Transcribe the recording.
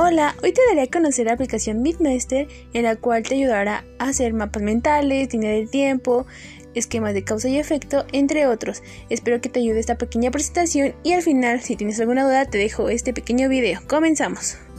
Hola, hoy te daré a conocer la aplicación MythMaster, en la cual te ayudará a hacer mapas mentales, línea del tiempo, esquemas de causa y efecto, entre otros. Espero que te ayude esta pequeña presentación y al final, si tienes alguna duda, te dejo este pequeño video. ¡Comenzamos!